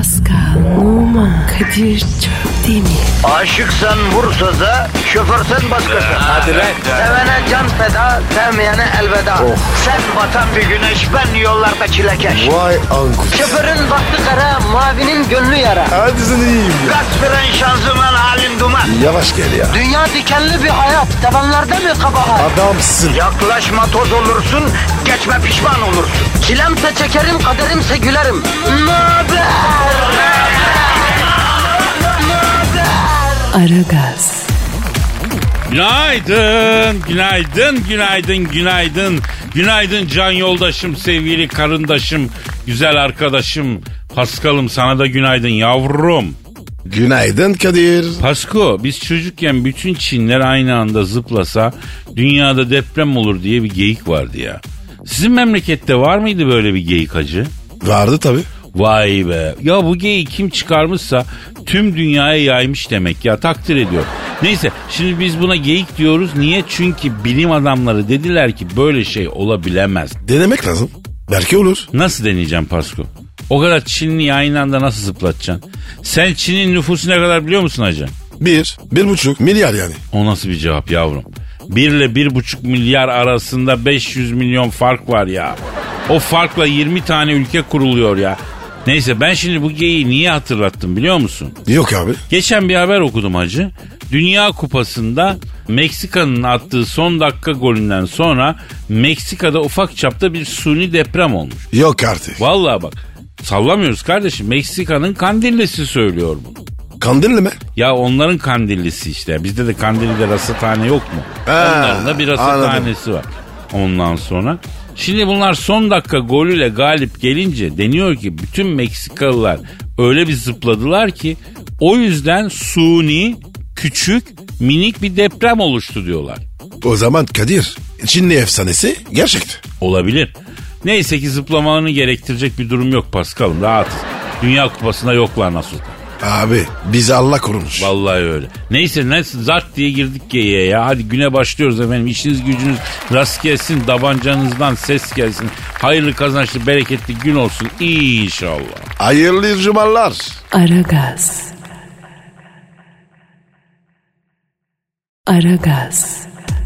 Pascal, Oman, Kadir çok değil mi? Aşıksan vursa da, şoförsen başkasın. Hadi lan. Sevene can feda, sevmeyene elveda. Sen batan bir güneş, ben yollarda çilekeş. Vay anku. Şoförün baktı kara, mavinin gönlü yara. Hadi sen iyiyim ya. Kasperen şanzıman halin duman. Yavaş gel ya. Dünya dikenli bir hayat, sevenlerde mi kabahar? Adamsın. Yaklaşma toz olursun, geçme pişman olursun. Çilemse çekerim, kaderimse gülerim. Möber! Aragaz, Günaydın, günaydın, günaydın, günaydın. Günaydın can yoldaşım, sevgili karındaşım, güzel arkadaşım. Paskal'ım sana da günaydın yavrum. Günaydın Kadir. Pasko, biz çocukken bütün Çinler aynı anda zıplasa dünyada deprem olur diye bir geyik vardı ya. Sizin memlekette var mıydı böyle bir geyik hacı? Vardı tabii. Vay be. Ya bu geyiği kim çıkarmışsa tüm dünyaya yaymış demek ya, takdir ediyor. Neyse şimdi biz buna geyik diyoruz. Niye? Çünkü bilim adamları dediler ki böyle şey olabilemez. Denemek lazım. Belki olur. Nasıl deneyeceğim Pasko? O kadar Çinli aynı anda nasıl zıplatacaksın? Sen Çin'in nüfusu ne kadar biliyor musun hacı? 1,5 milyar yani. O nasıl bir cevap yavrum? 1 ile 1,5 milyar arasında 500 milyon fark var ya. O farkla 20 tane ülke kuruluyor ya. Neyse ben şimdi bu geyiği niye hatırlattım biliyor musun? Yok abi. Geçen bir haber okudum hacı. Dünya Kupası'nda Meksika'nın attığı son dakika golünden sonra Meksika'da ufak çapta bir suni deprem olmuş. Yok artık. Vallahi bak sallamıyoruz kardeşim. Meksika'nın Kandillisi söylüyor bunu. Kandilli mi? Ya onların Kandillisi işte. Bizde de Kandilli'de rasathane yok mu? Onların da bir rasathanesi var. Ondan sonra... Şimdi bunlar son dakika golüyle galip gelince deniyor ki bütün Meksikalılar öyle bir zıpladılar ki o yüzden suni, küçük, minik bir deprem oluştu diyorlar. O zaman Kadir, Çinli efsanesi gerçekti. Olabilir. Neyse ki zıplamalarını gerektirecek bir durum yok Paskal'ım, rahatız. Dünya Kupası'nda yoklar nasıl? Abi bizi Allah korumuş. Vallahi öyle. Neyse nasıl zart diye girdik geyiğe ya. Hadi güne başlıyoruz efendim. İşiniz gücünüz rast gelsin. Tabancanızdan ses gelsin. Hayırlı kazançlı bereketli gün olsun inşallah. Hayırlı cumalar. Aragaz. Aragaz.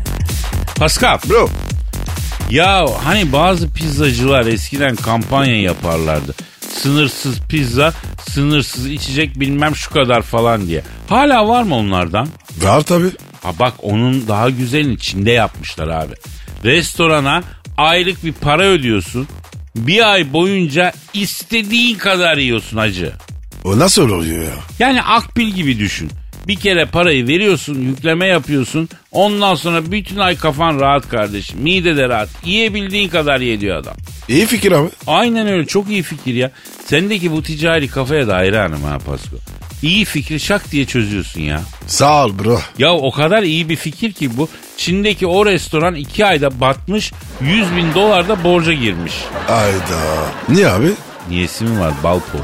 Pascal. Bro. Ya hani bazı pizzacılar eskiden kampanya yaparlardı. Sınırsız pizza, sınırsız içecek bilmem şu kadar falan diye. Hala var mı onlardan? Var tabii. Ha bak onun daha güzelini Çin'de yapmışlar abi. Restorana aylık bir para ödüyorsun. Bir ay boyunca istediğin kadar yiyorsun hacı. O nasıl oluyor ya? Yani akbil gibi düşün. Bir kere parayı veriyorsun, yükleme yapıyorsun. Ondan sonra bütün ay kafan rahat kardeşim. Mide de rahat. Yiyebildiğin kadar ye diyor adam. İyi fikir abi. Aynen öyle, çok iyi fikir ya. Sendeki bu ticari kafaya da hayranım ha Pasko. İyi fikri şak diye çözüyorsun ya. Sağ ol bro. Ya o kadar iyi bir fikir ki bu. Çin'deki o restoran 2 ayda batmış, $100.000 da borca girmiş. Ayda. Niye abi? Niyesi mi var bal post?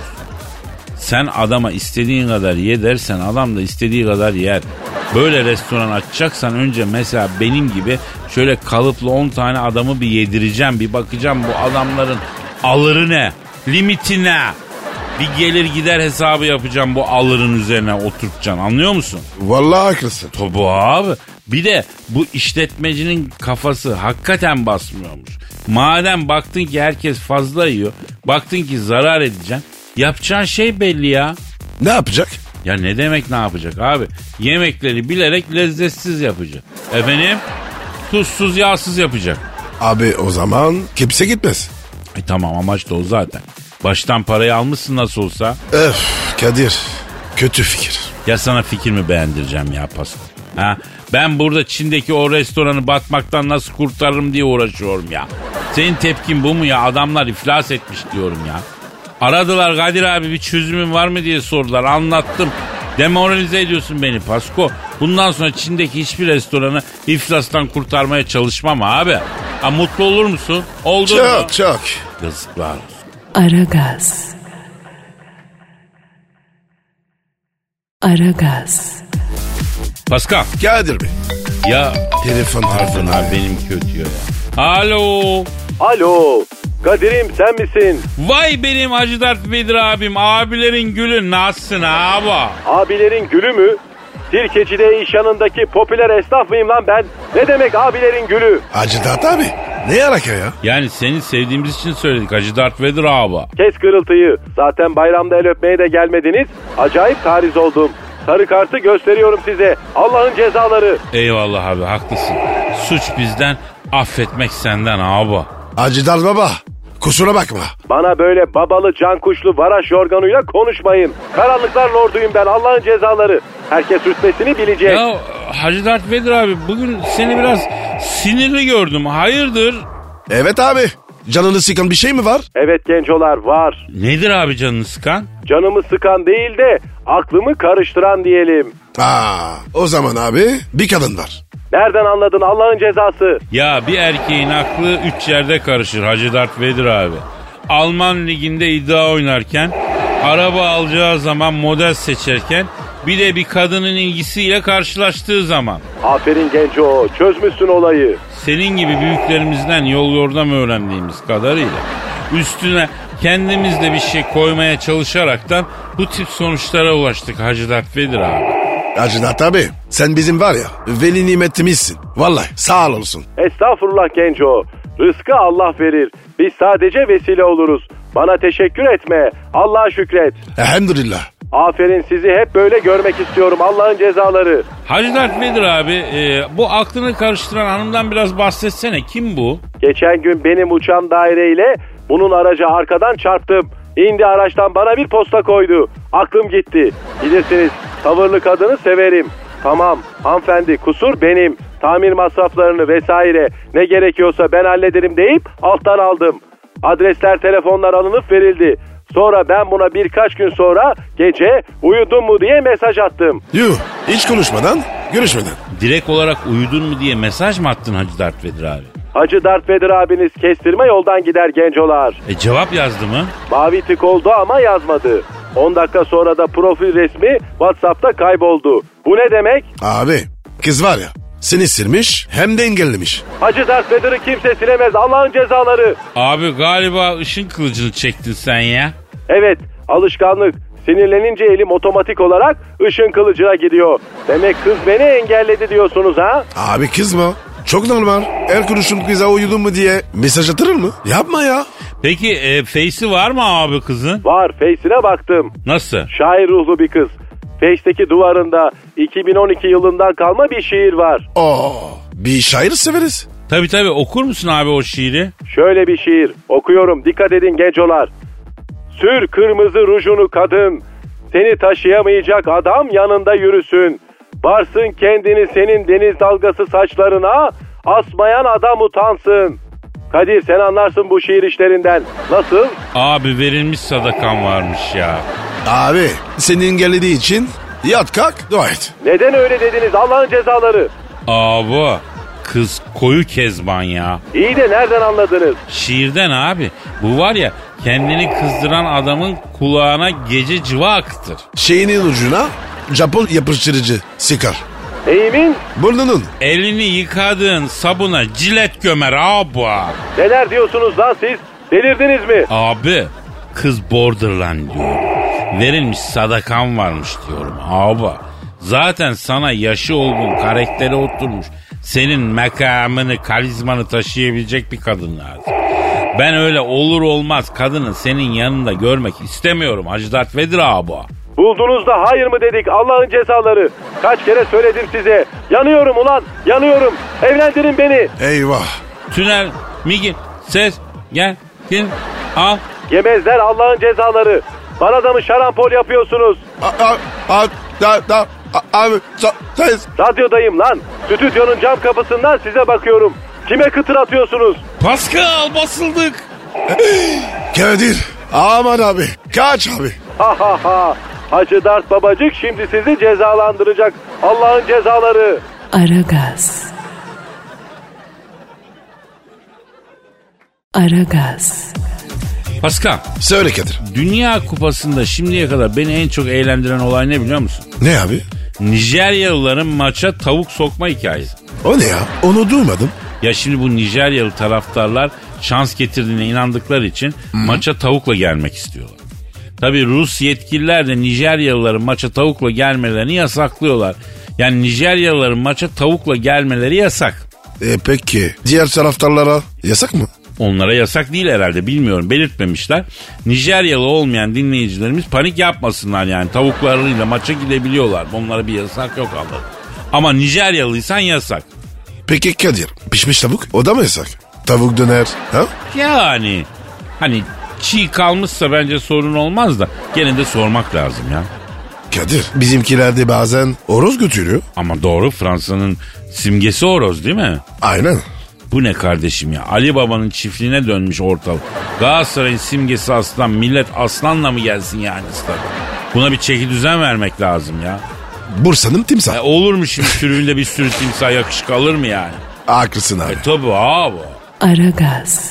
Sen adama istediğin kadar ye dersen adam da istediği kadar yer. Böyle restoran açacaksan önce mesela benim gibi şöyle kalıplı 10 tane adamı bir yedireceğim. Bir bakacağım bu adamların alırı ne, limiti ne. Bir gelir gider hesabı yapacağım, bu alırın üzerine oturtacaksın, anlıyor musun? Vallahi haklısın. Tabii abi. Bir de bu işletmecinin kafası hakikaten basmıyormuş. Madem baktın ki herkes fazla yiyor, baktın ki zarar edeceksin, yapacağın şey belli ya. Ne yapacak? Ya ne demek ne yapacak abi? Yemekleri bilerek lezzetsiz yapacak. Efendim? Tuzsuz yağsız yapacak. Abi o zaman kimse gitmez. Tamam, amaç da o zaten. Baştan parayı almışsın nasıl olsa. Öf Kadir, kötü fikir. Ya sana fikir mi beğendireceğim ya Pasko? Ha? Ben burada Çin'deki o restoranı batmaktan nasıl kurtarırım diye uğraşıyorum ya. Senin tepkin bu mu ya? Adamlar iflas etmiş diyorum ya. Aradılar, Kadir abi bir çözümün var mı diye sordular. Anlattım. Demoralize ediyorsun beni Pasko. Bundan sonra Çin'deki hiçbir restoranı iflastan kurtarmaya çalışmam abi. Ha, mutlu olur musun? Oldu mu? Çok. Yazıklar olsun. Aragaz. Aragaz. Pascal. Kadir Bey. Ya Telefon pardon abi benim kötü ya. Alo. Alo, Kadir'im sen misin? Vay benim Hacı Dert Vedir abim, abilerin gülü, nasılsın abi? Abilerin gülü mü? Sirkeci'de iş yanındaki popüler esnaf mıyım lan ben? Ne demek abilerin gülü? Hacı Dert abi. Ne alaka ya? Yani seni sevdiğimiz için söyledik Hacı Dert Vedir abi. Kes kırıltıyı. Zaten bayramda el öpmeye de gelmediniz. Acayip tariz oldum. Sarı kartı gösteriyorum size. Allah'ın cezaları. Eyvallah abi, haklısın. Suç bizden, affetmek senden abi. Hacı Dert baba. Kusura bakma. Bana böyle babalı, can kuşlu, varaş yorganuyla konuşmayın. Karanlıklar lorduyum ben, Allah'ın cezaları. Herkes rütbesini bilecek. Ya Hacı Dert Vedir abi, bugün seni biraz sinirli gördüm. Hayırdır? Evet abi. Canını sıkan bir şey mi var? Evet gencolar, var. Nedir abi canını sıkan? Canımı sıkan değil de aklımı karıştıran diyelim. O zaman abi bir kadın var. Nereden anladın Allah'ın cezası? Ya bir erkeğin aklı 3 yerde karışır Hacı Dert Vedir abi. Alman liginde iddia oynarken, araba alacağı zaman model seçerken, bir de bir kadının ilgisiyle karşılaştığı zaman. Aferin genco, çözmüşsün olayı. Senin gibi büyüklerimizden yol yordam öğrendiğimiz kadarıyla üstüne kendimiz de bir şey koymaya çalışaraktan bu tip sonuçlara ulaştık Hacı Dert Vedir abi. Hacı Dert abi sen bizim var ya veli nimetimizsin. Vallahi sağ olsun. Estağfurullah genco. Rızkı Allah verir. Biz sadece vesile oluruz. Bana teşekkür etme. Allah'a şükret. Elhamdülillah. Aferin, sizi hep böyle görmek istiyorum. Allah'ın cezaları. Hacı Dert Vedir abi, bu aklını karıştıran hanımdan biraz bahsetsene. Kim bu? Geçen gün benim uçan daireyle bunun aracı arkadan çarptım. İndi araçtan, bana bir posta koydu. Aklım gitti. Bilirsiniz, tavırlı kadını severim. Tamam hanımefendi, kusur benim. Tamir masraflarını vesaire ne gerekiyorsa ben hallederim deyip alttan aldım. Adresler, telefonlar alınıp verildi. Sonra ben buna birkaç gün sonra gece uyudun mu diye mesaj attım. Yuh, hiç konuşmadan, görüşmeden. Direkt olarak uyudun mu diye mesaj mı attın Hacı Dert Vedir abi? Hacı Dert Vedir abiniz kestirme yoldan gider gencolar. Cevap yazdı mı? Mavi tık oldu ama yazmadı. 10 dakika sonra da profil resmi WhatsApp'ta kayboldu. Bu ne demek? Abi, kız var ya, seni silmiş hem de engellemiş. Hacı Dert Vedir'i kimse silemez, Allah'ın cezaları. Abi galiba ışın kılıcını çektin sen ya. Evet, alışkanlık. Sinirlenince elim otomatik olarak ışın kılıcına gidiyor. Demek kız beni engelledi diyorsunuz ha? Abi kızma. Çok normal. Her kuruşun kıza uyudun mu diye mesaj atılır mı? Yapma ya. Peki face'i var mı abi kızın? Var, Face'ine baktım. Nasıl? Şair ruhlu bir kız. Face'teki duvarında 2012 yılından kalma bir şiir var. Bir şair severiz. Tabii okur musun abi o şiiri? Şöyle bir şiir okuyorum, dikkat edin gencolar. Sür kırmızı rujunu kadın, seni taşıyamayacak adam yanında yürüsün. Varsın kendini senin deniz dalgası saçlarına, asmayan adam utansın. Kadir, sen anlarsın bu şiir işlerinden. Nasıl? Abi verilmiş sadakan varmış ya. Abi seni engellediği için yat kalk dua et. Neden öyle dediniz Allah'ın cezaları? Abi kız koyu kezban ya. İyi de nereden anladınız? Şiirden abi. Bu var ya, kendini kızdıran adamın kulağına gece cıva akıtır. Şeyinin ucuna Japon yapıştırıcı sıkar. Neyimin? Burnunun. Elini yıkadığın sabuna cilet gömer abi. Neler diyorsunuz lan siz? Delirdiniz mi? Abi kız borderline diyor. Verilmiş sadakan varmış diyorum abi. Zaten sana yaşı olgun, karakteri oturmuş, senin mekamını, karizmanı taşıyabilecek bir kadın lazım. Ben öyle olur olmaz kadını senin yanında görmek istemiyorum Hacı Dert Vedir abi. Buldunuz da hayır mı dedik, Allah'ın cezaları. Kaç kere söyledim size. Yanıyorum ulan, yanıyorum. Evlendirin beni. Eyvah. Tünel, Migi, ses, gel, kim, al. Yemezler Allah'ın cezaları. Bana da mı şarampol yapıyorsunuz? Abi ses. Radyodayım lan. Stüdyonun cam kapısından size bakıyorum. Kime kıtır atıyorsunuz? Pascal, basıldık. Kadir. Aman abi. Kaç abi. Ha ha ha. Hacı Dert babacık şimdi sizi cezalandıracak. Allah'ın cezaları. Aragaz. Aragaz. Pascal, Söyle Kadir. Dünya Kupası'nda şimdiye kadar beni en çok eğlendiren olay ne biliyor musun? Ne abi? Nijeryalıların maça tavuk sokma hikayesi. O ne ya? Onu duymadım. Ya şimdi bu Nijeryalı taraftarlar şans getirdiğine inandıkları için maça tavukla gelmek istiyorlar. Tabii Rus yetkililer de Nijeryalıların maça tavukla gelmelerini yasaklıyorlar. Yani Nijeryalıların maça tavukla gelmeleri yasak. Peki diğer taraftarlara yasak mı? Onlara yasak değil herhalde, bilmiyorum, belirtmemişler. Nijeryalı olmayan dinleyicilerimiz panik yapmasınlar yani. Tavuklarıyla maça gidebiliyorlar. Onlara bir yasak yok Allah'ım. Ama Nijeryalıysan yasak. Peki Kadir, pişmiş tavuk o da mı yasak? Tavuk döner ha? Yani hani çiğ kalmışsa bence sorun olmaz da gene de sormak lazım ya. Kadir, bizimkilerde bazen horoz götürüyor. Ama doğru, Fransa'nın simgesi horoz değil mi? Aynen. Bu ne kardeşim ya? Ali Baba'nın çiftliğine dönmüş ortalık. Galatasaray'ın simgesi aslan. Millet aslanla mı gelsin yani stada? Buna bir çeki düzen vermek lazım ya. Bursa'nın timsah. Olur mu şimdi sürüğünde bir sürü timsah yakışık alır mı yani? Haklısın abi. Tabii abi. Aragaz.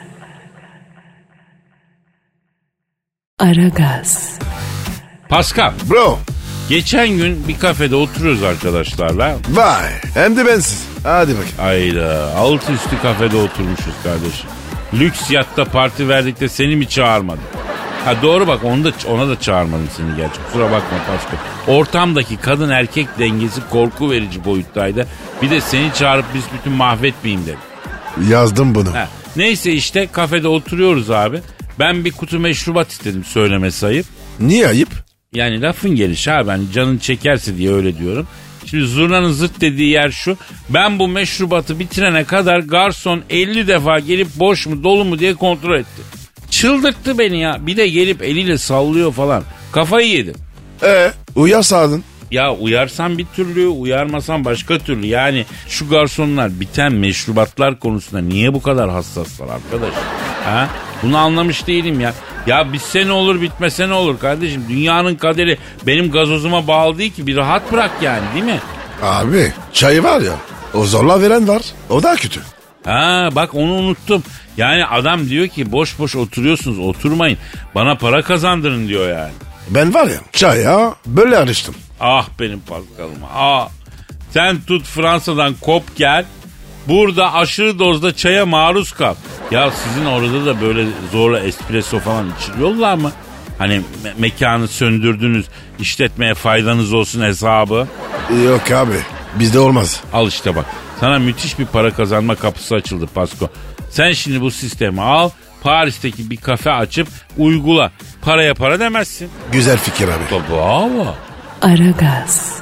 Aragaz. Pascal, Bro. geçen gün bir kafede oturuyoruz arkadaşlarla. Vay. Hem de bensiz. Hadi bakayım. Ayda altı üstü kafede oturmuşuz kardeşim. Lüks yatta parti verdik de seni mi çağırmadım? Ha doğru bak, ona da çağırmadım seni gerçi. Kusura bakma Pascal. Ortamdaki kadın erkek dengesi korku verici boyuttaydı. Bir de seni çağırıp biz bütün mahvetmeyeyim dedim. Yazdım bunu. Ha, neyse işte kafede oturuyoruz abi. Ben bir kutu meşrubat istedim, söylemesi ayıp. Niye ayıp? Yani lafın gelişi abi, hani canın çekerse diye öyle diyorum. Şimdi zurnanın zırt dediği yer şu. Ben bu meşrubatı bitirene kadar garson 50 defa gelip boş mu dolu mu diye kontrol etti. Çıldırttı beni ya. Bir de gelip eliyle sallıyor falan. Kafayı yedim. Uyarsaydın. Ya uyarsan bir türlü, uyarmasan başka türlü. Yani şu garsonlar biten meşrubatlar konusunda niye bu kadar hassaslar arkadaş? Ha? Bunu anlamış değilim ya. Ya bitse ne olur, bitmese ne olur kardeşim? Dünyanın kaderi benim gazozuma bağlı değil ki, bir rahat bırak yani, değil mi? Abi çayı var ya, o zorla veren var. O daha kötü. Ha bak, onu unuttum. Yani adam diyor ki boş boş oturuyorsunuz, oturmayın. Bana para kazandırın diyor yani. Ben var ya çaya böyle alıştım. Ah benim Paskal'ım, ah. Sen tut Fransa'dan kop gel. Burada aşırı dozda çaya maruz kal. Ya sizin orada da böyle zorla espresso falan içiriyorlar mı? Hani mekanı söndürdünüz, işletmeye faydanız olsun hesabı. Yok abi, bizde olmaz. Al işte bak, sana müthiş bir para kazanma kapısı açıldı Pasko. Sen şimdi bu sistemi al, Paris'teki bir kafe açıp uygula. Paraya para demezsin. Güzel fikir abi. Tabii abi. Aragaz.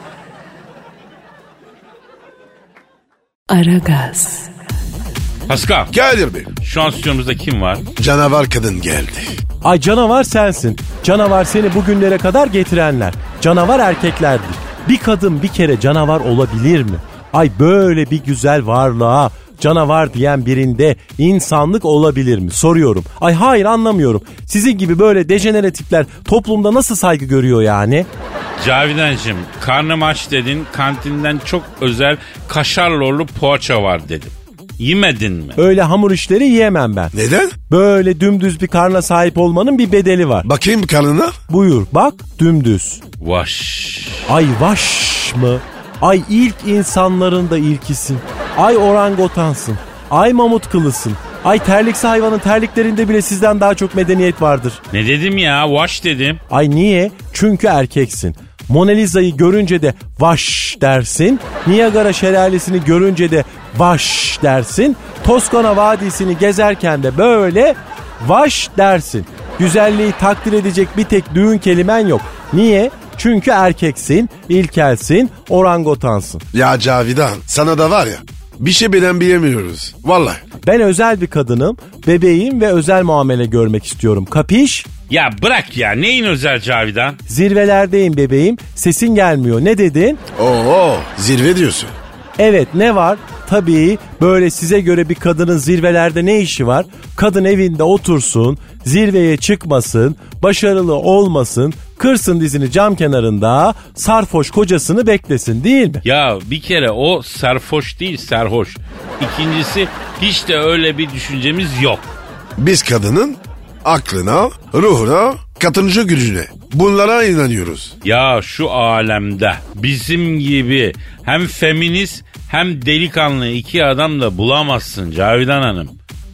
Aragaz. Pascal, Kadir Bey, şu an stüdyomuzda kim var? canavar kadın geldi. Ay canavar sensin. Canavar seni bugünlere kadar getirenler. Canavar erkeklerdir. Bir kadın bir kere canavar olabilir mi? Ay böyle bir güzel varlığa canavar diyen birinde insanlık olabilir mi? Soruyorum. Ay hayır, anlamıyorum. Sizin gibi böyle dejenere tipler toplumda nasıl saygı görüyor yani? Cavidancığım, karnım aç dedin, kantinden çok özel kaşar lorlu poğaça var dedim. Yemedin mi? Öyle hamur işleri yiyemem ben. Neden? Böyle dümdüz bir karna sahip olmanın bir bedeli var. Bakayım karnına. Buyur bak, dümdüz. Vaş. Ay vaş mı? Ay ilk insanların da ilkisin. Ay orangotansın. Ay mamut kılısın. Ay terliksi hayvanın terliklerinde bile sizden daha çok medeniyet vardır. Ne dedim ya? Vaş dedim. Ay niye? Çünkü erkeksin. Mona Lisa'yı görünce de vaş dersin. Niagara şelalesini görünce de vaş dersin. Toskana Vadisi'ni gezerken de böyle vaş dersin. Güzelliği takdir edecek bir tek düğün kelimen yok. Niye? Çünkü erkeksin, ilkelsin, orangotansın. Ya Cavidan, sana da var ya, bir şey bilemiyoruz. Vallahi. Ben özel bir kadınım, bebeğim ve özel muamele görmek istiyorum. Kapiş? Ya bırak ya, neyin özel Cavidan? Zirvelerdeyim bebeğim, sesin gelmiyor. Ne dedin? Oo, zirve diyorsun. Evet, ne var? Tabii böyle size göre bir kadının zirvelerde ne işi var? Kadın evinde otursun, zirveye çıkmasın, başarılı olmasın, kırsın dizini cam kenarında, sarhoş kocasını beklesin, değil mi? Ya bir kere o sarhoş değil, serhoş. İkincisi, hiç de öyle bir düşüncemiz yok. Biz kadının aklına, ruhuna, katılıcı gücüne, bunlara inanıyoruz. Ya şu alemde bizim gibi hem feminist hem delikanlı iki adam da bulamazsın Cavidan Hanım.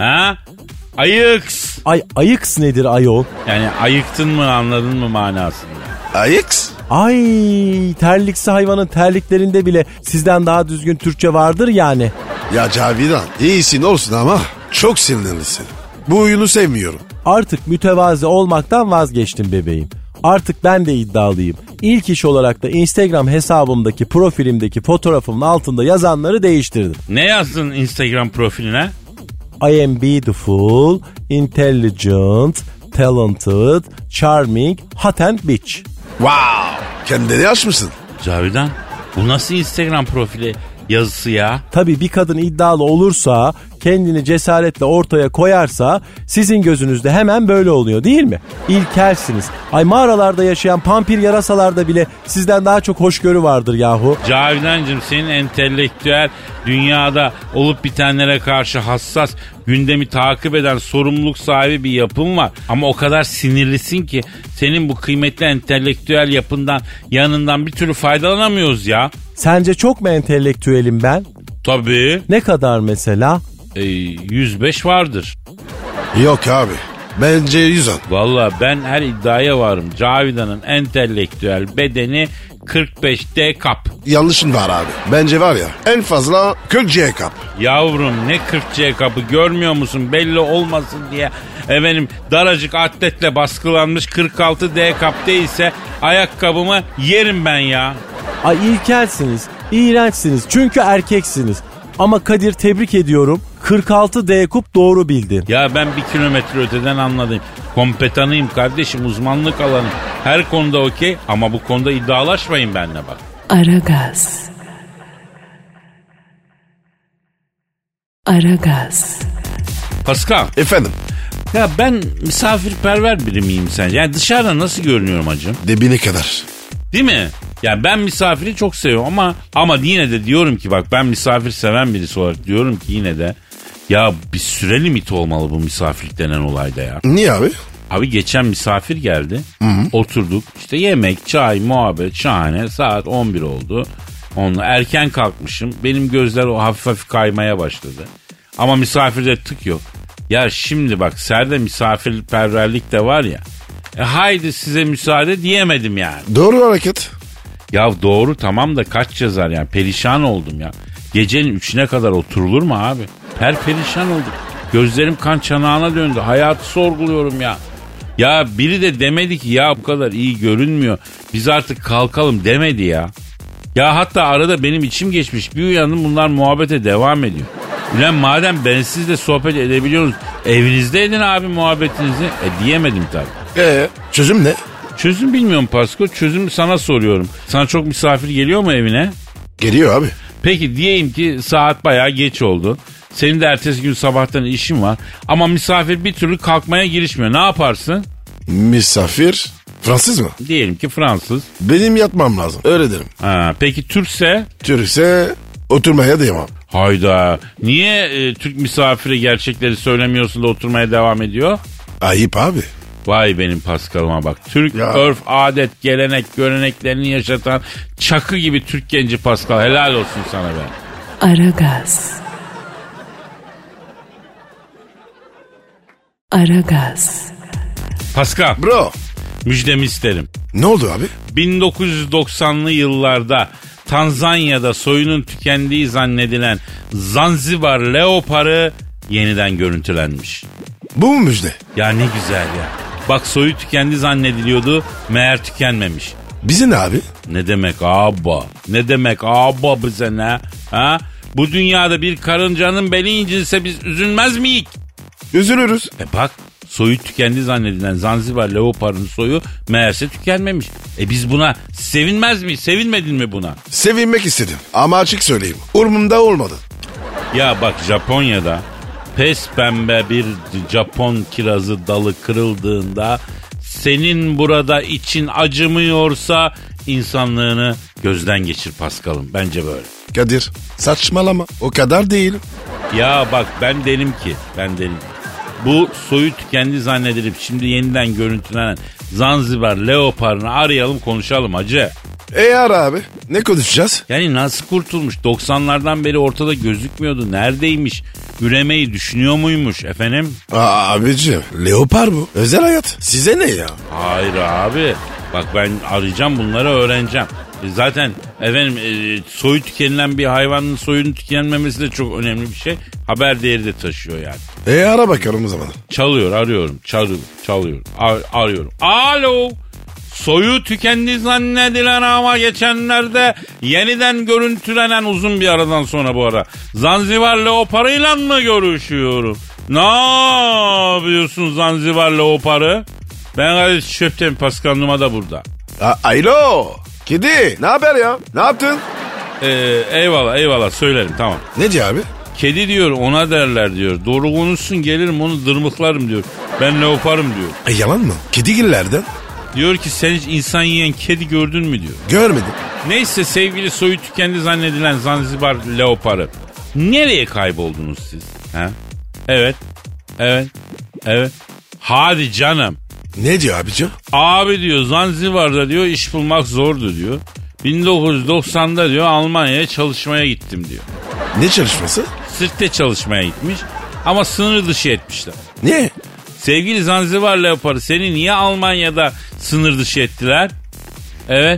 Ha? Ayıks. Ay ayıks nedir ayol? Yani ayıktın mı, anladın mı manasında? Ayıks. Ay terliksi hayvanın terliklerinde bile sizden daha düzgün Türkçe vardır yani. Ya Cavidan iyisin olsun ama çok sinirlisin. Bu oyunu sevmiyorum. Artık mütevazi olmaktan vazgeçtim bebeğim. Artık ben de iddialıyım. İlk iş olarak da Instagram hesabımdaki profilimdeki fotoğrafımın altında yazanları değiştirdim. Ne yazdın Instagram profiline? I am beautiful, intelligent, talented, charming, hot and bitch. Wow. Kendini açmışsın. Cavidan, bu nasıl Instagram profili yazısı ya? Tabii bir kadın iddialı olursa, kendini cesaretle ortaya koyarsa sizin gözünüzde hemen böyle oluyor değil mi? İlkelsiniz. Ay mağaralarda yaşayan pampir yarasalarda bile sizden daha çok hoşgörü vardır yahu. Cavidancığım, senin entelektüel, dünyada olup bitenlere karşı hassas, gündemi takip eden, sorumluluk sahibi bir yapın var. Ama o kadar sinirlisin ki senin bu kıymetli entelektüel yapından, yanından bir türlü faydalanamıyoruz ya. Sence çok mu entelektüelim ben? Tabii. Ne kadar mesela? 105 vardır. Yok abi. Bence 110. Valla ben her iddiaya varım. Cavidan'ın entelektüel bedeni 45 D-kap. Yanlışın var abi. Bence var ya en fazla 40 C-kap. Yavrum ne 40 C-kapı görmüyor musun? Belli olmasın diye efendim daracık atletle baskılanmış 46 D-kap değilse ayakkabımı yerim ben ya. Ay ilkelsiniz, iğrençsiniz çünkü erkeksiniz. Ama Kadir tebrik ediyorum. 46 D kup doğru bildin. Ya ben 1 kilometre öteden anladım. Kompetanıyım kardeşim, uzmanlık alanım. Her konuda okey ama bu konuda iddialaşmayın benimle bak. Aragaz. Aragaz. Pascal. Efendim. Ya ben misafirperver biri miyim sence? Yani dışarıdan nasıl görünüyorum hacım? Dibine kadar. Değil mi? Ya ben misafiri çok seviyorum ama yine de diyorum ki bak, ben misafir seven birisi olarak diyorum ki yine de ya bir süre limiti olmalı bu misafirlik denen olayda ya. Niye abi? Abi geçen misafir geldi. Oturduk işte, yemek, çay, muhabbet şahane, saat 11 oldu. Onunla erken kalkmışım. Benim gözler o hafif hafif kaymaya başladı. Ama misafirde tık yok. Ya şimdi bak serde misafirperverlik de var ya. Haydi size müsaade diyemedim yani. Doğru hareket. Ya doğru tamam da kaç yazar yani, perişan oldum ya. Gecenin 3'üne kadar oturulur mu abi? Perişan oldum. Gözlerim kan çanağına döndü. Hayatı sorguluyorum ya. Ya biri de demedi ki ya bu kadar iyi görünmüyor, biz artık kalkalım demedi ya. Ya hatta arada benim içim geçmiş, bir uyandım bunlar muhabbete devam ediyor. Ulan madem bensiz de sohbet edebiliyorsunuz, evinizde edin abi muhabbetinizi. Diyemedim tabii. Çözüm ne? Çözüm bilmiyorum Pasko. Çözüm sana soruyorum. Sana çok misafir geliyor mu evine? Geliyor abi. Peki diyelim ki saat bayağı geç oldu. Senin de ertesi gün sabahtan işin var. Ama misafir bir türlü kalkmaya girişmiyor. Ne yaparsın? Misafir Fransız mı? Diyelim ki Fransız. Benim yatmam lazım. Öyle derim. Peki Türkse? Türkse oturmaya devam. Hayda. Niye Türk misafire gerçekleri söylemiyorsun da oturmaya devam ediyor? Ayıp abi. Vay benim Paskal'ıma bak. Türk ya. Örf, adet, gelenek, göreneklerini yaşatan çakı gibi Türk genci Paskal. Helal olsun sana be. Aragaz. Aragaz. Paskal. Bro. Müjdemi isterim. Ne oldu abi? 1990'lı yıllarda Tanzanya'da soyunun tükendiği zannedilen Zanzibar leoparı yeniden görüntülenmiş. Bu mu müjde? Ya ne güzel ya. Bak soyu tükendi zannediliyordu, meğer tükenmemiş. Bizi ne abi? Ne demek abba? Ne demek abba bize ne? Ha? Bu dünyada bir karıncanın beli incinse biz üzülmez miyiz? Üzülürüz. Bak soyu tükendi zannedilen Zanzibar leoparının soyu meğerse tükenmemiş. Biz buna sevinmez miyiz? Sevinmedin mi buna? Sevinmek istedim ama açık söyleyeyim. Umurumda olmadı. Ya bak Japonya'da pes pembe bir Japon kirazı dalı kırıldığında senin burada için acımıyorsa insanlığını gözden geçir Paskal'ım. Bence böyle. Kadir saçmalama, o kadar değil. Ya bak ben derim ki bu soyu tükendi zannedilip şimdi yeniden görüntülenen Zanzibar leoparını arayalım, konuşalım hacı. Ara abi, ne konuşacağız? Yani nasıl kurtulmuş? 90'lardan beri ortada gözükmüyordu. Neredeymiş? üremeyi düşünüyor muymuş efendim? Abicim leopar bu. Özel hayat. Size ne ya? Hayır abi. Bak ben arayacağım bunları öğreneceğim. Zaten efendim soyu tükenilen bir hayvanın soyunun tükenmemesi de çok önemli bir şey. Haber değeri de taşıyor yani. Ara bakalım o zaman. Çalıyor arıyorum. Arıyorum. Alo. Soyu tükendi zannedilen ama geçenlerde yeniden görüntülenen uzun bir aradan sonra bu ara Zanzibar leoparıyla mı görüşüyorum? Ne yapıyorsun Zanzibar leoparı? Ben Kadir Çöpten, Pascal Numa da burada. Alo. Kedi ne haber ya? Ne yaptın? Eyvallah söylerim tamam. Ne diyor abi? Kedi diyor ona derler diyor. Doğru konuşsun gelirim onu dırmıklarım diyor. Ben leoparım diyor. Yalan mı? Kedigillerden. Diyor ki sen hiç insan yiyen kedi gördün mü diyor. Görmedim. Neyse sevgili soyu tükendi zannedilen Zanzibar leoparı. Nereye kayboldunuz siz? Ha? Evet. Hadi canım. Ne diyor abicim? Abi diyor Zanzibar'da diyor iş bulmak zordu diyor. 1990'da diyor Almanya'ya çalışmaya gittim diyor. Ne çalışması? Sirkte çalışmaya gitmiş ama sınır dışı etmişler. Ne? Sevgili Zanzibar leoparı seni niye Almanya'da sınır dışı ettiler? Evet.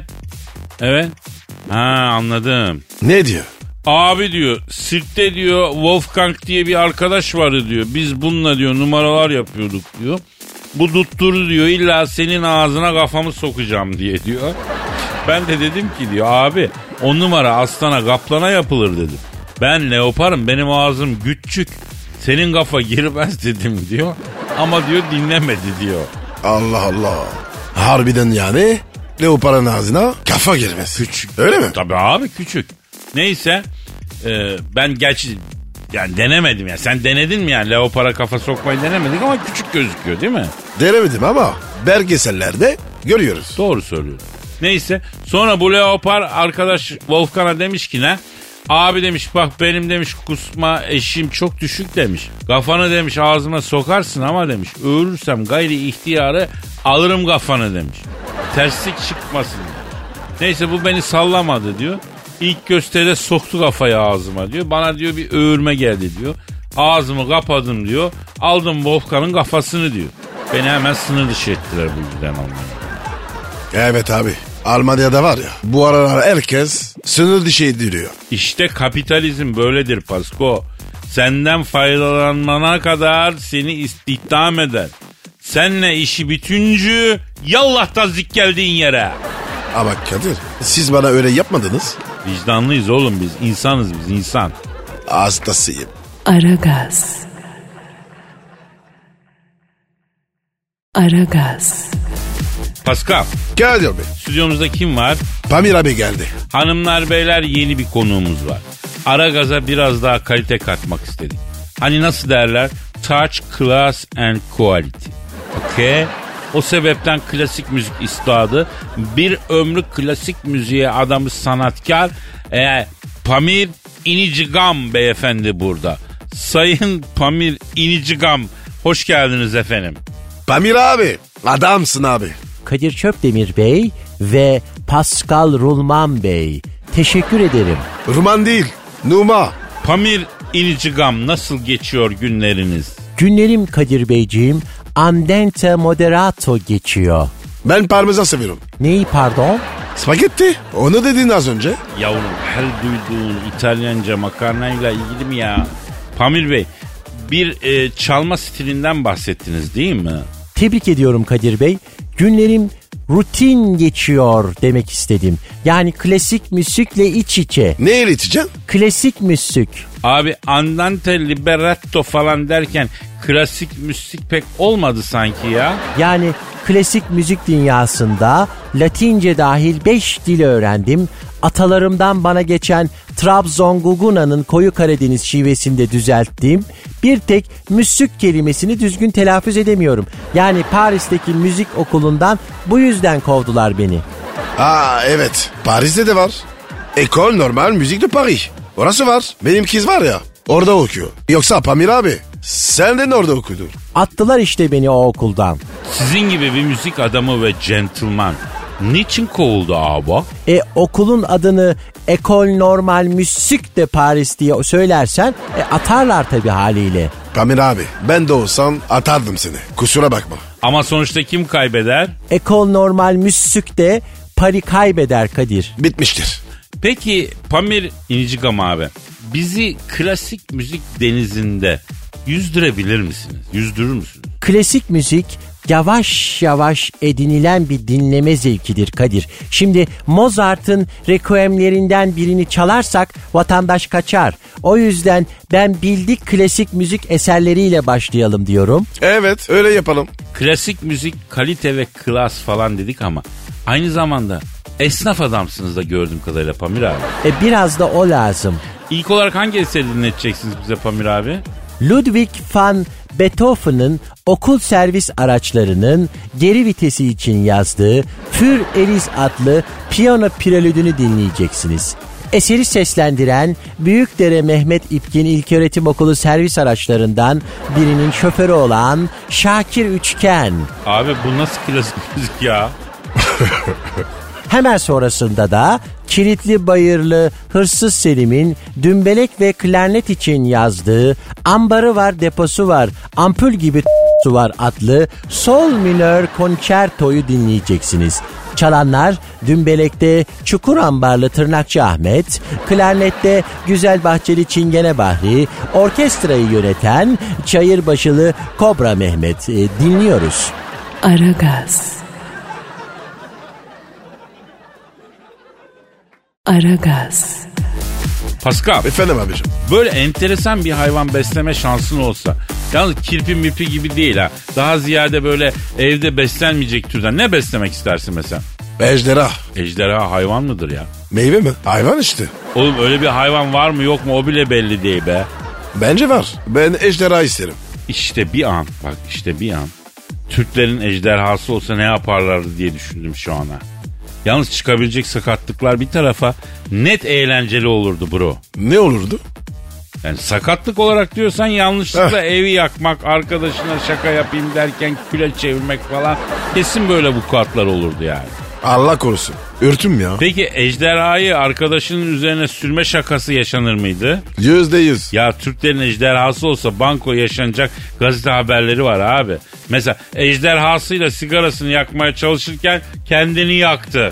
Ha anladım. Ne diyor? Abi diyor sirkte diyor Wolfgang diye bir arkadaş vardı diyor. Biz bununla diyor numaralar yapıyorduk diyor. Bu tutturdu diyor illa senin ağzına kafamı sokacağım diye diyor. Ben de dedim ki diyor abi o numara aslana kaplana yapılır dedim. Ben leoparım benim ağzım küçük. Senin kafa girmez dedim diyor. Ama diyor dinlemedi diyor. Allah Allah. Harbiden yani leoparın ağzına kafa girmez. Küçük. Öyle mi? Tabii abi küçük. Neyse ben gerçi yani denemedim ya. Sen denedin mi yani leopara kafa sokmayı denemedik ama küçük gözüküyor değil mi? Denemedim ama belgesellerde görüyoruz. Doğru söylüyorsun. Neyse sonra bu leopar arkadaş Wolfgang'a demiş ki ne? Abi demiş bak benim demiş kusma eşiğim çok düşük demiş. Kafanı demiş ağzıma sokarsın ama demiş öğürürsem gayri ihtiyarı alırım kafanı demiş. Terslik çıkmasın. Neyse bu beni sallamadı diyor. İlk gösteride soktu kafayı ağzıma diyor. Bana diyor bir öğürme geldi diyor. Ağzımı kapadım diyor. Aldım Wolfgang'ın kafasını diyor. Beni hemen sınır dışı ettiler bu yüzden Almanya'da. Evet abi. Almanya'da var ya bu aralar herkes sınır dışı ediliyor. İşte kapitalizm böyledir Pasko. Senden faydalanmana kadar seni istihdam eder. Senle işi bütüncü yallah tazik geldiğin yere. Ama Kadir siz bana öyle yapmadınız. Vicdanlıyız oğlum biz. İnsanız biz insan. Hastasıyım. Aragaz. Pascal, Kadir Bey. stüdyomuzda kim var? Pamir abi geldi. Hanımlar beyler yeni bir konuğumuz var. Aragaz'a biraz daha kalite katmak istedik. Hani nasıl derler? Touch, class and quality. Okay? O sebepten klasik müzik üstadı, bir ömrü klasik müziğe adamış sanatkar Pamir İnicigam beyefendi burada. Sayın Pamir İnicigam, hoş geldiniz efendim. Pamir abi adamsın abi. Kadir Çöpdemir Bey ve Pascal Rulman Bey. Teşekkür ederim. Ruman değil Numa. Pamir İnicigam nasıl geçiyor günleriniz? Günlerim Kadir Beyciğim andente moderato geçiyor. Ben parmesan seviyorum. Neyi pardon? Spagetti. Onu dedin az önce. Yavrum her duyduğun İtalyanca makarnayla ilgili mi ya? Pamir Bey bir çalma stilinden bahsettiniz değil mi? Tebrik ediyorum Kadir Bey. Günlerim rutin geçiyor demek istedim. Yani klasik müzikle iç içe. Ne ileteceksin? Klasik müzik. Abi andante libretto falan derken klasik müzik pek olmadı sanki ya. Yani klasik müzik dünyasında Latince dahil 5 dil öğrendim. Atalarımdan bana geçen Trabzon Guguna'nın koyu Karadeniz şivesinde düzelttiğim bir tek müzik kelimesini düzgün telaffuz edemiyorum. Yani Paris'teki müzik okulundan bu yüzden kovdular beni. Aa evet Paris'te de var. École Normale Musique de Paris. Orası var. Benim kız var ya orada okuyor. Yoksa Pamir abi sen de orada okudun. Attılar işte beni o okuldan. Sizin gibi bir müzik adamı ve gentleman niçin kovuldu abi? Okulun adını École Normale Musique de Paris diye söylersen atarlar tabii haliyle. Pamir abi ben de olsam atardım seni. Kusura bakma. Ama sonuçta kim kaybeder? École Normale Musique de Paris kaybeder Kadir. Bitmiştir. Peki Pamir İnicikam abi, bizi klasik müzik denizinde yüzdürebilir misiniz? Yüzdürür müsünüz? Klasik müzik yavaş yavaş edinilen bir dinleme zevkidir Kadir. Şimdi Mozart'ın requiemlerinden birini çalarsak vatandaş kaçar. O yüzden ben bildik klasik müzik eserleriyle başlayalım diyorum. Evet öyle yapalım. Klasik müzik kalite ve klas falan dedik ama aynı zamanda esnaf adamsınız da gördüğüm kadarıyla Pamir abi. Biraz da o lazım. İlk olarak hangi eseri dinleteceksiniz bize Pamir abi? Ludwig van Beethoven'ın okul servis araçlarının geri vitesi için yazdığı Für Elis adlı piyano prelüdünü dinleyeceksiniz. Eseri seslendiren Büyükdere Mehmet İpkin İlköğretim Okulu servis araçlarından birinin şoförü olan Şakir Üçken. Abi bu nasıl klasik müzik ya? Hemen sonrasında da Kilitli Bayırlı Hırsız Selim'in dümbelek ve klarnet için yazdığı Ambarı Var Deposu Var Ampul Gibi Su Var adlı Sol minör konçertoyu dinleyeceksiniz. Çalanlar dümbelekte Çukur Ambarlı Tırnakçı Ahmet, klarnette Güzel Bahçeli Çingene Bahri, orkestrayı yöneten Çayırbaşılı Kobra Mehmet. Dinliyoruz. Aragaz. Aragaz. Pascal, Efendim abicim. böyle enteresan bir hayvan besleme şansın olsa, yalnız kirpi mipi gibi değil ha, daha ziyade böyle evde beslenmeyecek türden ne beslemek istersin mesela? Ejderha. Ejderha hayvan mıdır ya? Meyve mi? Hayvan işte. Oğlum öyle bir hayvan var mı yok mu o bile belli değil be. Bence var. Ben ejderha isterim. İşte bir an, bak işte bir an Türklerin ejderhası olsa ne yaparlardı diye düşündüm şu ana. Yalnız çıkabilecek sakatlıklar bir tarafa, net eğlenceli olurdu bro. Ne olurdu? Yani sakatlık olarak diyorsan yanlışlıkla evi yakmak, arkadaşına şaka yapayım derken küle çevirmek falan, kesin böyle vukuatlar olurdu yani. Allah korusun. Ürtüm ya. Peki ejderhayı arkadaşının üzerine sürme şakası yaşanır mıydı? %100. Ya Türklerin ejderhası olsa banko yaşanacak gazete haberleri var abi. Mesela ejderhasıyla sigarasını yakmaya çalışırken kendini yaktı.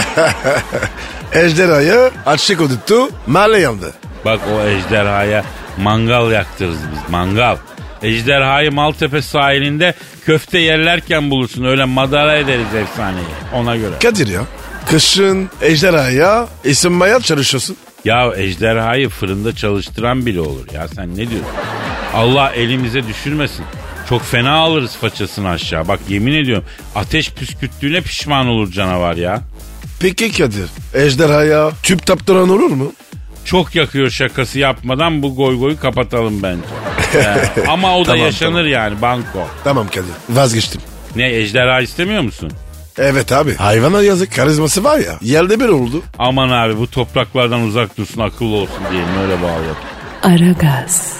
Ejderhayı açlık tuttu, mahalle yandı. Bak o ejderhaya mangal yaktırırız biz, mangal. Ejderhayı Maltepe sahilinde köfte yerlerken bulursun, öyle madara ederiz efsaneyi ona göre. Kadir ya, kışın ejderhaya ısınmaya çalışıyorsun. Ya ejderhayı fırında çalıştıran bile olur ya, sen ne diyorsun? Allah elimize düşürmesin. Çok fena alırız façasını aşağı. Bak yemin ediyorum ateş püskürttüğüne pişman olur canavar ya. Peki Kadir, ejderhaya tüp taptıran olur mu? Çok yakıyor şakası yapmadan bu goygoyu kapatalım bence. Ama o da Tamam, yaşanır tamam. yani banko. Tamam Kadir, vazgeçtim. Ne, ejderha istemiyor musun? Evet abi, hayvana yazık, karizması var ya, yerde bir oldu. Aman abi bu topraklardan uzak dursun, akıllı olsun diyelim, öyle bağlı. Aragaz.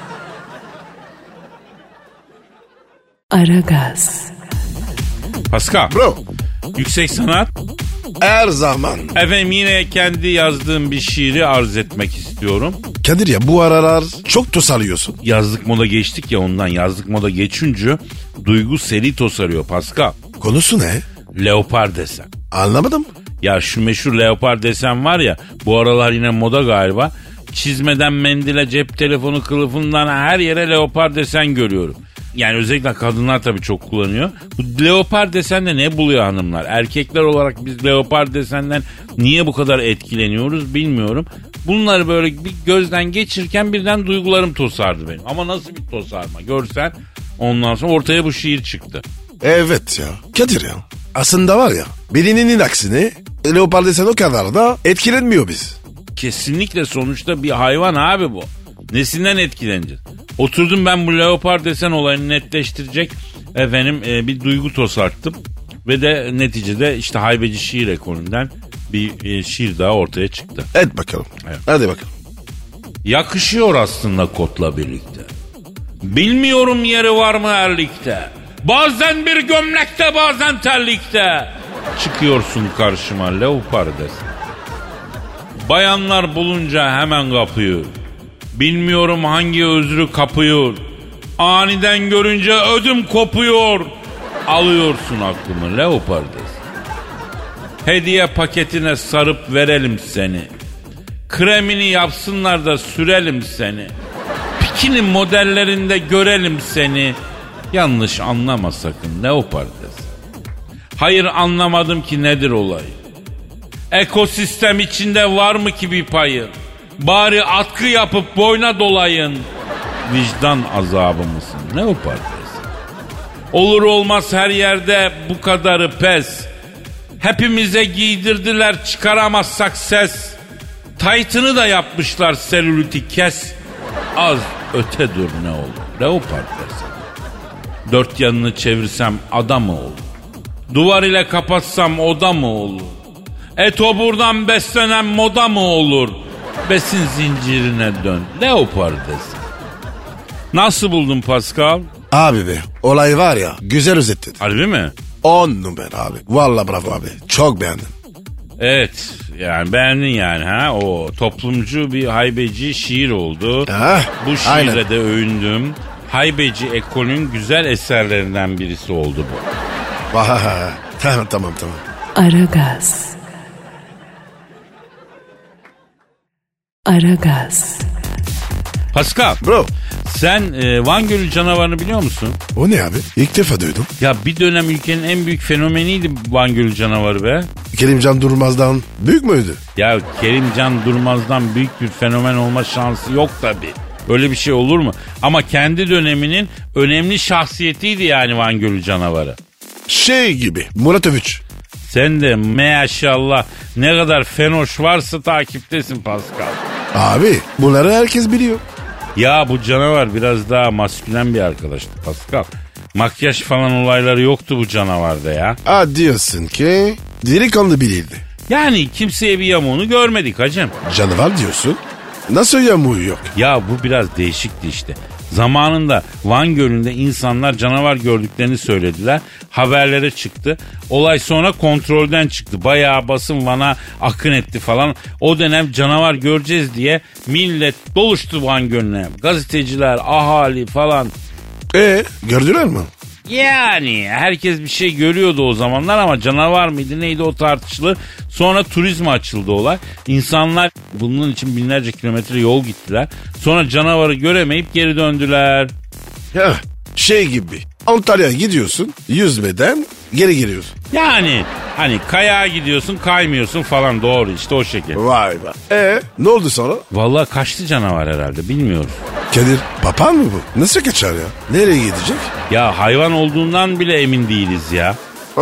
Aragaz. Pascal, Bro, yüksek sanat. her zaman. Efendim yine kendi yazdığım bir şiiri arz etmek istiyorum. Kadir ya, bu aralar çok tosarıyorsun. Yazlık moda geçtik ya, ondan yazlık moda geçince duygu seri tosarıyor Pascal. Konusu ne? Leopar desen. Anlamadım. Ya şu meşhur leopar desen var ya, bu aralar yine moda galiba. Çizmeden mendile, cep telefonu kılıfından her yere leopar desen görüyorum. Yani özellikle kadınlar tabii çok kullanıyor. Bu leopar desende ne buluyor hanımlar? Erkekler olarak biz leopar desenden niye bu kadar etkileniyoruz bilmiyorum. Bunları böyle bir gözden geçirirken birden duygularım tosardı benim. Ama nasıl bir tosarma görsen, ondan sonra ortaya bu şiir çıktı. Evet ya. Kadir ya, aslında var ya, birinin aksine leopar desen o kadar da etkilenmiyor biz. Kesinlikle, sonuçta bir hayvan abi bu. Nesinden etkileneceğiz? Oturdum ben bu leopar desen olayını netleştirecek bir duygu tosarttım. Ve de neticede işte haybeci şiir ekolünden bir şiir daha ortaya çıktı. Et bakalım. Evet. Hadi bakalım. Yakışıyor aslında kotla birlikte. Bilmiyorum yeri var mı erlikte. Bazen bir gömlekte, bazen terlikte. Çıkıyorsun karşıma leopar desen. Bayanlar bulunca hemen kapıyor. Bilmiyorum hangi özrü kapıyor. Aniden görünce ödüm kopuyor. Alıyorsun aklımı leopardes. Hediye paketine sarıp verelim seni. Kremini yapsınlar da sürelim seni. Bikini modellerinde görelim seni. Yanlış anlama sakın leopardes. Hayır anlamadım ki nedir olay. Ekosistem içinde var mı ki bir payı? Bari atkı yapıp boyna dolayın. Vicdan azabı mısın leopardes? Olur olmaz her yerde bu kadarı pes. Hepimize giydirdiler çıkaramazsak ses. Taytını da yapmışlar selüliti kes. Az öte dur ne olur leopardes. Dört yanını çevirsem adam mı olur? Duvar ile kapatsam oda mı olur? Etoburdan beslenen moda mı olur? Besin zincirine dön leopardes. Nasıl buldun Pascal? Abi be olay var ya güzel özetledin. Harbi mi? 10 numara abi. Vallahi bravo abi. Çok beğendim. Evet yani beğendin yani ha. O toplumcu bir haybeci şiir oldu. Bu şiirle aynen. de övündüm. Haybeci ekolün güzel eserlerinden birisi oldu bu. Tamam. Aragaz. Aragaz. Pascal. Bro. Sen Van Gölü canavarını biliyor musun? O ne abi? İlk defa duydum. Ya bir dönem ülkenin en büyük fenomeniydi Van Gölü canavarı be. Kerimcan Durmaz'dan büyük müydü? Ya Kerimcan Durmaz'dan büyük bir fenomen olma şansı yok tabii. Öyle bir şey olur mu? Ama kendi döneminin önemli şahsiyetiydi yani Van Gölü canavarı. Şey gibi Murat Övüç. Sen de maşallah ne kadar fenoş varsa takiptesin Pascal. Abi bunları herkes biliyor. Ya bu canavar biraz daha maskülen bir arkadaştı Pascal. Makyaj falan olayları yoktu bu canavarda ya. Diyorsun ki delikanlı biriydi. Yani kimseye bir yamuğunu görmedik hacım. Canavar diyorsun. Nasıl yamuğu yok? Ya bu biraz değişikti işte. Zamanında Van Gölü'nde insanlar canavar gördüklerini söylediler. Haberlere çıktı. Olay sonra kontrolden çıktı. Bayağı basın Van'a akın etti falan. O dönem canavar göreceğiz diye millet doluştu Van Gölü'ne. Gazeteciler, ahali falan. Gördüler mi? Yani herkes bir şey görüyordu o zamanlar ama canavar mıydı neydi o tartışılır. Sonra turizme açıldı olay. İnsanlar bunun için binlerce kilometre yol gittiler. Sonra canavarı göremeyip geri döndüler. Ya şey gibi Antalya'ya gidiyorsun yüzmeden geri geliyorsun. Yani hani kayağa gidiyorsun kaymıyorsun falan doğru işte o şekil. Vay be. Ne oldu sonra? Vallahi kaçtı canavar herhalde bilmiyoruz. Kadir papağan mı bu? Nasıl kaçar ya? Nereye gidecek? Ya hayvan olduğundan bile emin değiliz ya.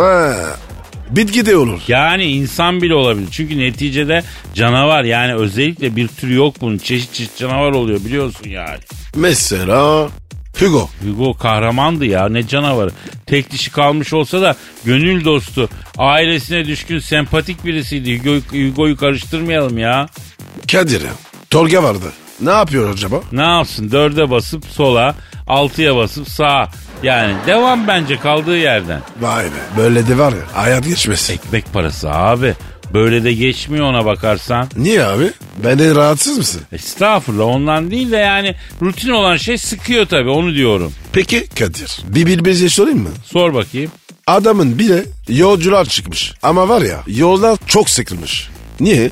Bitki de olur. Yani insan bile olabilir. Çünkü neticede canavar yani özellikle bir tür yok bunun. Çeşit çeşit canavar oluyor biliyorsun yani. Mesela Hugo. Hugo kahramandı ya ne canavarı. Tek dişi kalmış olsa da gönül dostu. Ailesine düşkün sempatik birisiydi. Hugo'yu karıştırmayalım ya. Kadir ya. Tolga vardı. Ne yapıyor acaba? Ne yapsın 4'e basıp sola 6'ya basıp sağa. Yani devam bence kaldığı yerden. Vay be böyle de var ya hayat geçmesi. Ekmek parası abi. Böyle de geçmiyor ona bakarsan. Niye abi? Benden rahatsız mısın? Estağfurullah ondan değil de yani rutin olan şey sıkıyor tabii onu diyorum. Peki Kadir bir bilmece sorayım mı? Sor bakayım. Adamın bile yolcular çıkmış. Ama var ya yollar çok sıkılmış. Niye?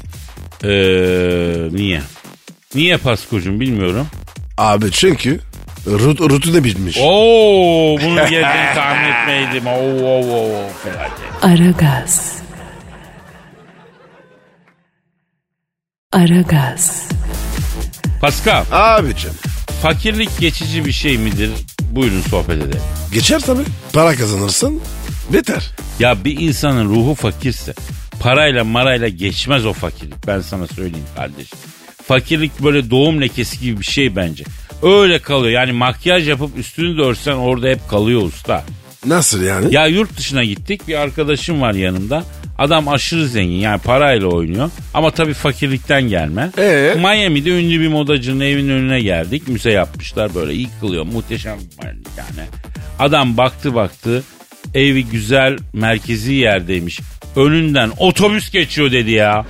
Niye? Niye Paskocuğum bilmiyorum. Abi çünkü rutu da bitmiş. Oo, bunu geleceğini tahmin etmeydim. Felaket. Aragaz. Aragaz. Pascal, Abicim. fakirlik geçici bir şey midir? Buyurun sohbet edelim. Geçer tabii. Para kazanırsın. Beter. Ya bir insanın ruhu fakirse parayla marayla geçmez o fakirlik. Ben sana söyleyeyim kardeşim. Fakirlik böyle doğum lekesi gibi bir şey bence. Öyle kalıyor. Yani makyaj yapıp üstünü de örsen orada hep kalıyor usta. Nasıl yani? Ya yurt dışına gittik. Bir arkadaşım var yanımda. Adam aşırı zengin yani parayla oynuyor. Ama tabii fakirlikten gelme. Miami'de ünlü bir modacının evinin önüne geldik. Müze yapmışlar böyle yıkılıyor. Muhteşem yani. Adam baktı. Evi güzel merkezi yerdeymiş. Önünden otobüs geçiyor dedi ya.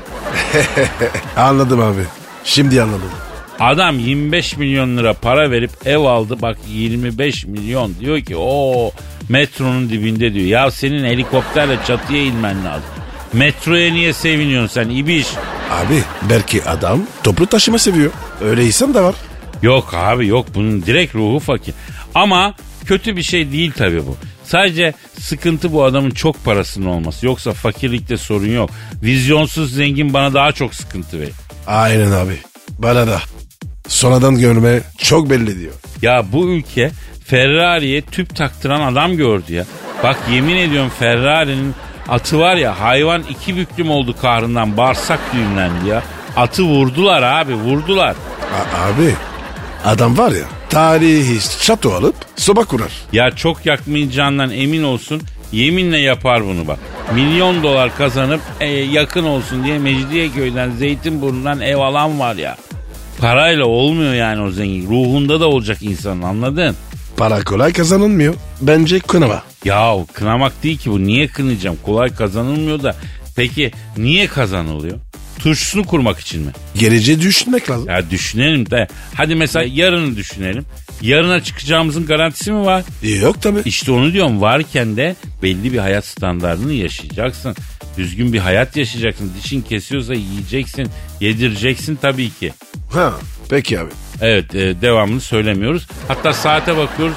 Anladım abi. Şimdi anladım. Adam 25 milyon lira para verip ev aldı. Bak 25 milyon diyor ki o metronun dibinde diyor. Ya senin helikopterle çatıya inmen lazım. Metroya niye seviniyorsun sen ibiş? Abi belki adam toplu taşıma seviyor. Öyle insan da var. Yok abi yok, bunun direkt ruhu fakir. Ama kötü bir şey değil tabii bu. Sadece sıkıntı bu adamın çok parasının olması. Yoksa fakirlikte sorun yok. Vizyonsuz zengin bana daha çok sıkıntı verir. Aynen abi. Bana da. Sonradan görme çok belli diyor. Ya bu ülke Ferrari'ye tüp taktıran adam gördü ya. Bak yemin ediyorum Ferrari'nin atı var ya, hayvan iki büklüm oldu kahrından, bağırsak düğümlendi ya. Atı vurdular abi, vurdular. Abi adam var ya, tarihi şato alıp soba kurar. Ya çok yakmayacağından emin olsun, yeminle yapar bunu bak. Milyon dolar kazanıp yakın olsun diye Mecidiyeköy'den, Zeytinburnu'ndan ev alan var ya. Parayla olmuyor yani o zengin. Ruhunda da olacak insanın, anladın? Para kolay kazanılmıyor. Bence kınama. Ya kınamak değil ki bu. Niye kınayacağım? Kolay kazanılmıyor da. Peki niye kazanılıyor? Turşusunu kurmak için mi? Geleceği düşünmek lazım. Ya düşünelim de. Hadi mesela yarını düşünelim. Yarına çıkacağımızın garantisi mi var? Yok tabii. İşte onu diyorum, varken de belli bir hayat standartını yaşayacaksın. Düzgün bir hayat yaşayacaksın. Dişin kesiyorsa yiyeceksin, yedireceksin tabii ki. Ha, peki abi. Evet, devamını söylemiyoruz. Hatta saate bakıyoruz.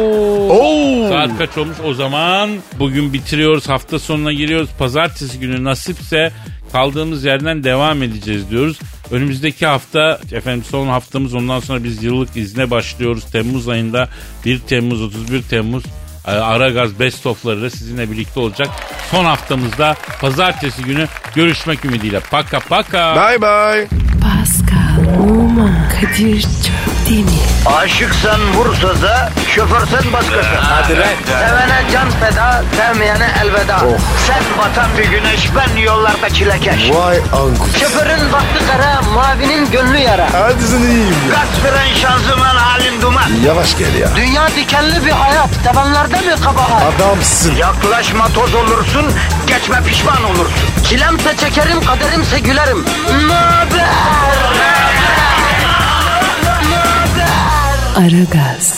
Oo! Saat kaç olmuş? O zaman bugün bitiriyoruz. Hafta sonuna giriyoruz. Pazartesi günü nasipse kaldığımız yerden devam edeceğiz diyoruz. Önümüzdeki hafta efendim son haftamız, ondan sonra biz yıllık izne başlıyoruz. Temmuz ayında 1 Temmuz 31 Temmuz Aragaz Best of'larıyla sizinle birlikte olacak. Son haftamızda pazartesi günü görüşmek ümidiyle. Paka paka. Bye bye. Pascal, Oman, Kadir çok değil mi? Aşıksan vursa da, şoförsen başkasın. Hadi lan. Sevene can feda, sevmeyene elveda. Sen batan bir güneş, ben yollarda çilekeş. Vay anku. Şoförün baktı kara, mavinin gönlü yara. Hadi sen iyiyim ya. Kasperen şanzıman halin duman. Yavaş gel ya. Dünya dikenli bir hayat, sevenlerde mi kabahar? Adamsın. Yaklaşma toz olursun, geçme pişman olursun. Çilemse çekerim, kaderimse gülerim. Möber! Aragaz.